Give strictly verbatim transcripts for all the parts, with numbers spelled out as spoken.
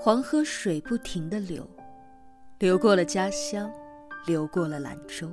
黄河水不停地流，流过了家乡，流过了兰州。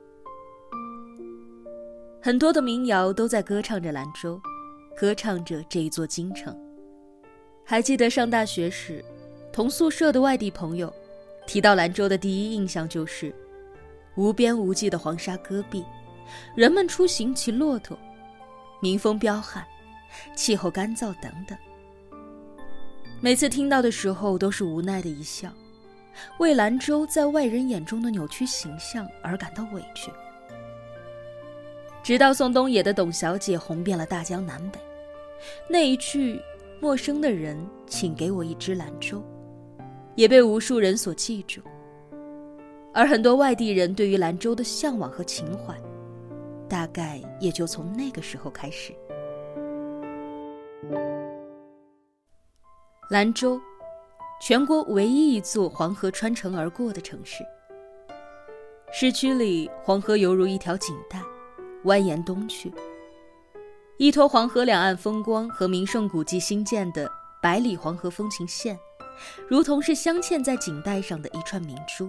很多的民谣都在歌唱着兰州，歌唱着这一座京城。还记得上大学时，同宿舍的外地朋友提到兰州的第一印象就是无边无际的黄沙戈壁，人们出行骑骆驼，民风彪悍，气候干燥等等。每次听到的时候都是无奈的一笑，为兰州在外人眼中的扭曲形象而感到委屈。直到宋冬野的《董小姐》红遍了大江南北，那一句陌生的人请给我一支兰州也被无数人所记住，而很多外地人对于兰州的向往和情怀大概也就从那个时候开始。兰州，全国唯一一座黄河穿城而过的城市。市区里黄河犹如一条锦带，蜿蜒东去，依托黄河两岸风光和名胜古迹新建的百里黄河风情线，如同是镶嵌在锦带上的一串明珠。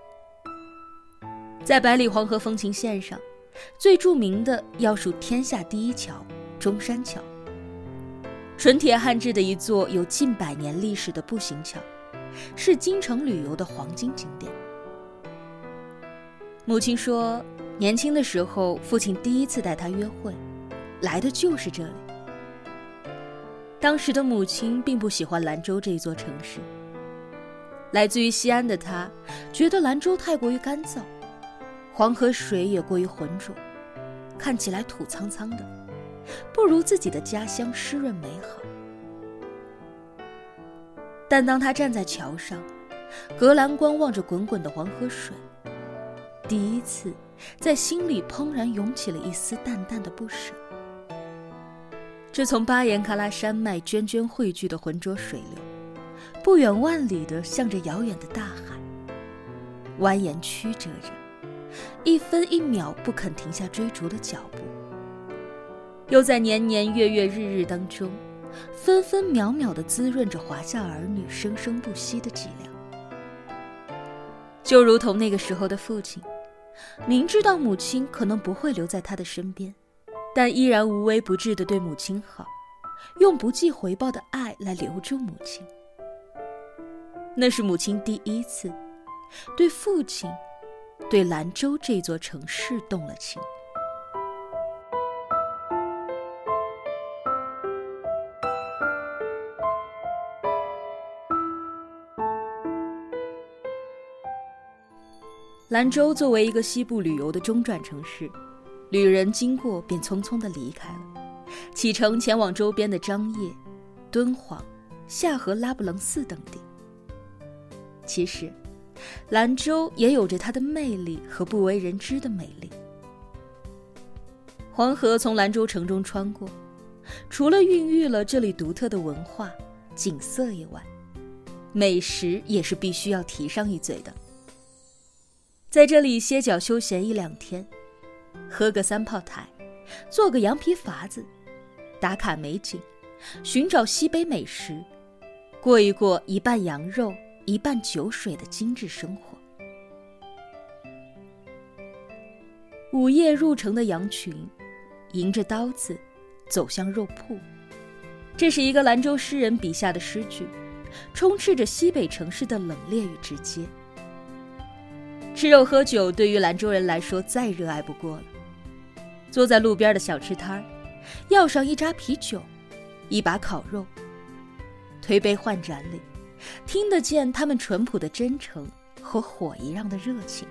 在百里黄河风情线上，最著名的要数天下第一桥中山桥，纯铁焊制的一座有近百年历史的步行桥，是京城旅游的黄金景点。母亲说，年轻的时候父亲第一次带她约会来的就是这里。当时的母亲并不喜欢兰州这座城市，来自于西安的她觉得兰州太过于干燥，黄河水也过于浑浊，看起来土苍苍的，不如自己的家乡湿润美好。但当她站在桥上，隔栏观望着滚滚的黄河水，第一次在心里怦然涌起了一丝淡淡的不舍。这从巴颜喀拉山脉涓涓汇聚的浑浊水流，不远万里地向着遥远的大海蜿蜒曲折着，一分一秒不肯停下追逐的脚步，又在年年月月日日当中分分秒秒地滋润着华夏儿女生生不息的脊梁。就如同那个时候的父亲，明知道母亲可能不会留在他的身边，但依然无微不至地对母亲好，用不计回报的爱来留住母亲。那是母亲第一次对父亲，对兰州这座城市动了情。兰州作为一个西部旅游的中转城市，旅人经过便匆匆地离开了，启程前往周边的张掖、敦煌、下河拉卜楞寺等地。其实兰州也有着它的魅力和不为人知的美丽。黄河从兰州城中穿过，除了孕育了这里独特的文化景色以外，美食也是必须要提上一嘴的。在这里歇脚休闲一两天，喝个三炮台，做个羊皮筏子，打卡美景，寻找西北美食，过一过一半羊肉一半酒水的精致生活。午夜入城的羊群迎着刀子走向肉铺，这是一个兰州诗人笔下的诗句，充斥着西北城市的冷冽与直接。吃肉喝酒对于兰州人来说再热爱不过了，坐在路边的小吃摊，要上一扎啤酒，一把烤肉，推杯换盏里听得见他们淳朴的真诚和火一样的热情。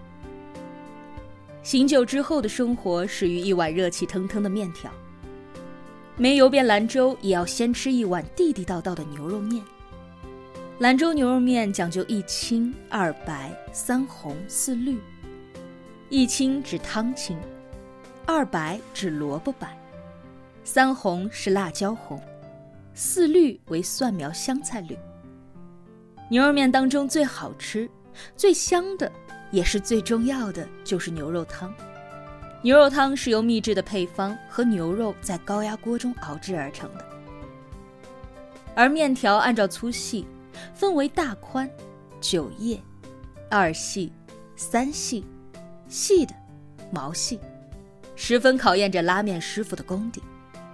醒酒之后的生活始于一碗热气腾腾的面条，没游遍兰州也要先吃一碗地地道道的牛肉面。兰州牛肉面讲究一清二白三红四绿，一清指汤清，二白指萝卜白，三红是辣椒红，四绿为蒜苗香菜绿。牛肉面当中最好吃最香的也是最重要的就是牛肉汤。牛肉汤是由秘制的配方和牛肉在高压锅中熬制而成的，而面条按照粗细分分为大宽、九叶、二细、三细、细的、毛细，十分考验着拉面师傅的功底。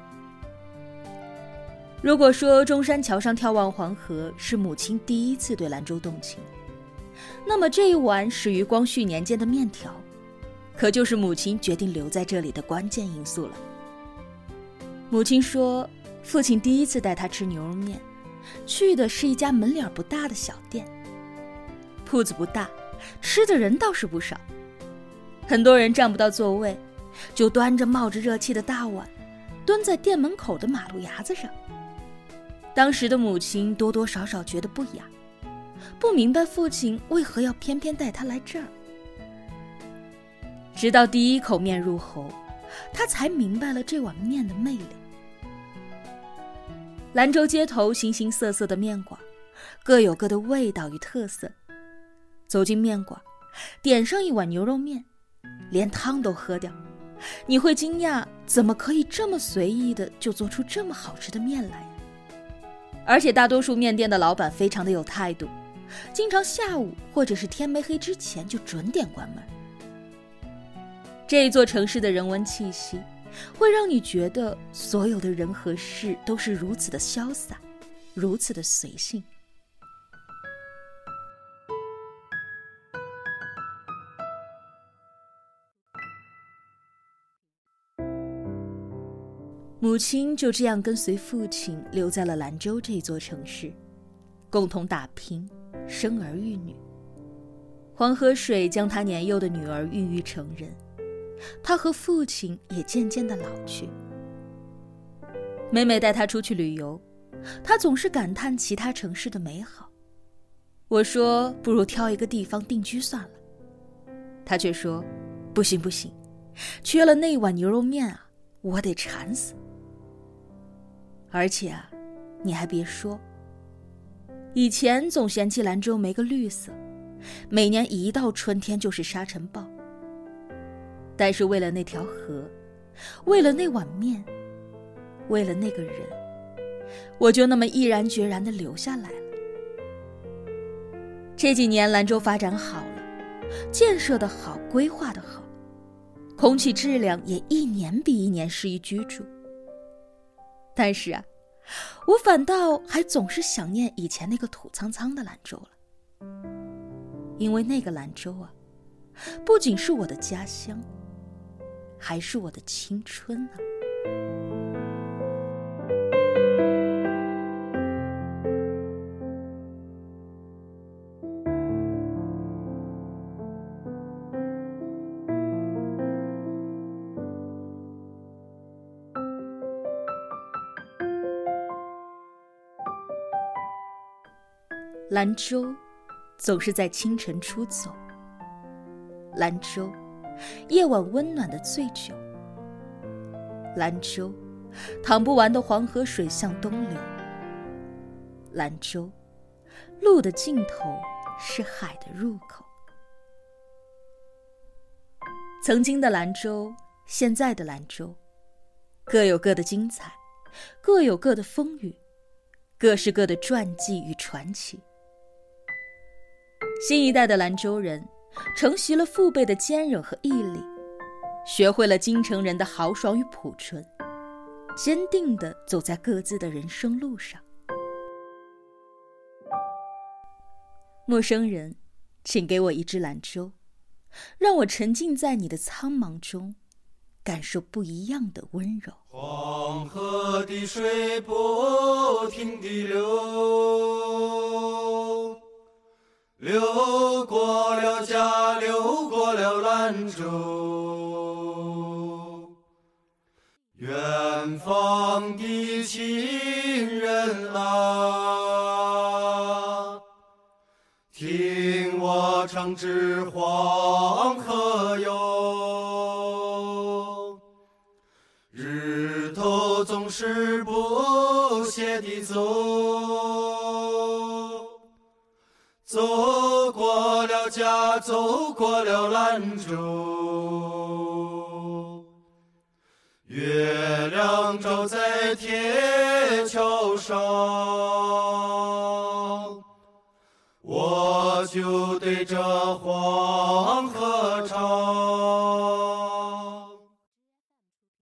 如果说中山桥上眺望黄河是母亲第一次对兰州动情，那么这一碗始于光绪年间的面条，可就是母亲决定留在这里的关键因素了。母亲说，父亲第一次带她吃牛肉面，去的是一家门脸不大的小店，铺子不大，吃的人倒是不少，很多人占不到座位，就端着冒着热气的大碗，蹲在店门口的马路牙子上。当时的母亲多多少少觉得不雅，不明白父亲为何要偏偏带她来这儿。直到第一口面入喉，她才明白了这碗面的魅力。兰州街头形形色色的面馆，各有各的味道与特色。走进面馆，点上一碗牛肉面，连汤都喝掉，你会惊讶怎么可以这么随意的就做出这么好吃的面来。而且大多数面店的老板非常的有态度，经常下午或者是天没黑之前就准点关门。这一座城市的人文气息会让你觉得所有的人和事都是如此的潇洒，如此的随性。母亲就这样跟随父亲留在了兰州这座城市，共同打拼，生儿育女。黄河水将他年幼的女儿孕育成人，他和父亲也渐渐地老去。每每带他出去旅游，他总是感叹其他城市的美好。我说不如挑一个地方定居算了，他却说不行不行，缺了那碗牛肉面啊，我得馋死。而且啊，你还别说，以前总嫌弃兰州没个绿色，每年一到春天就是沙尘暴。但是为了那条河，为了那碗面，为了那个人，我就那么毅然决然地留下来了。这几年兰州发展好了，建设的好，规划的好，空气质量也一年比一年适宜居住。但是啊，我反倒还总是想念以前那个土苍苍的兰州了。因为那个兰州啊，不仅是我的家乡，还是我的青春啊。兰州总是在清晨出走，兰州夜晚温暖的醉酒，兰州淌不完的黄河水向东流，兰州路的尽头是海的入口。曾经的兰州，现在的兰州，各有各的精彩，各有各的风雨，各是各的传记与传奇。新一代的兰州人承袭了父辈的坚韧和毅力，学会了京城人的豪爽与朴纯，坚定地走在各自的人生路上。陌生人，请给我一支兰州，让我沉浸在你的苍茫中，感受不一样的温柔。 黄河的水不停地流，流过了家，流过了兰州，远方的亲人啊，听我唱支黄河哟，日头总是不懈地走，走过了家，走过了兰州，月亮照在铁桥上， 我就对着黄河唱。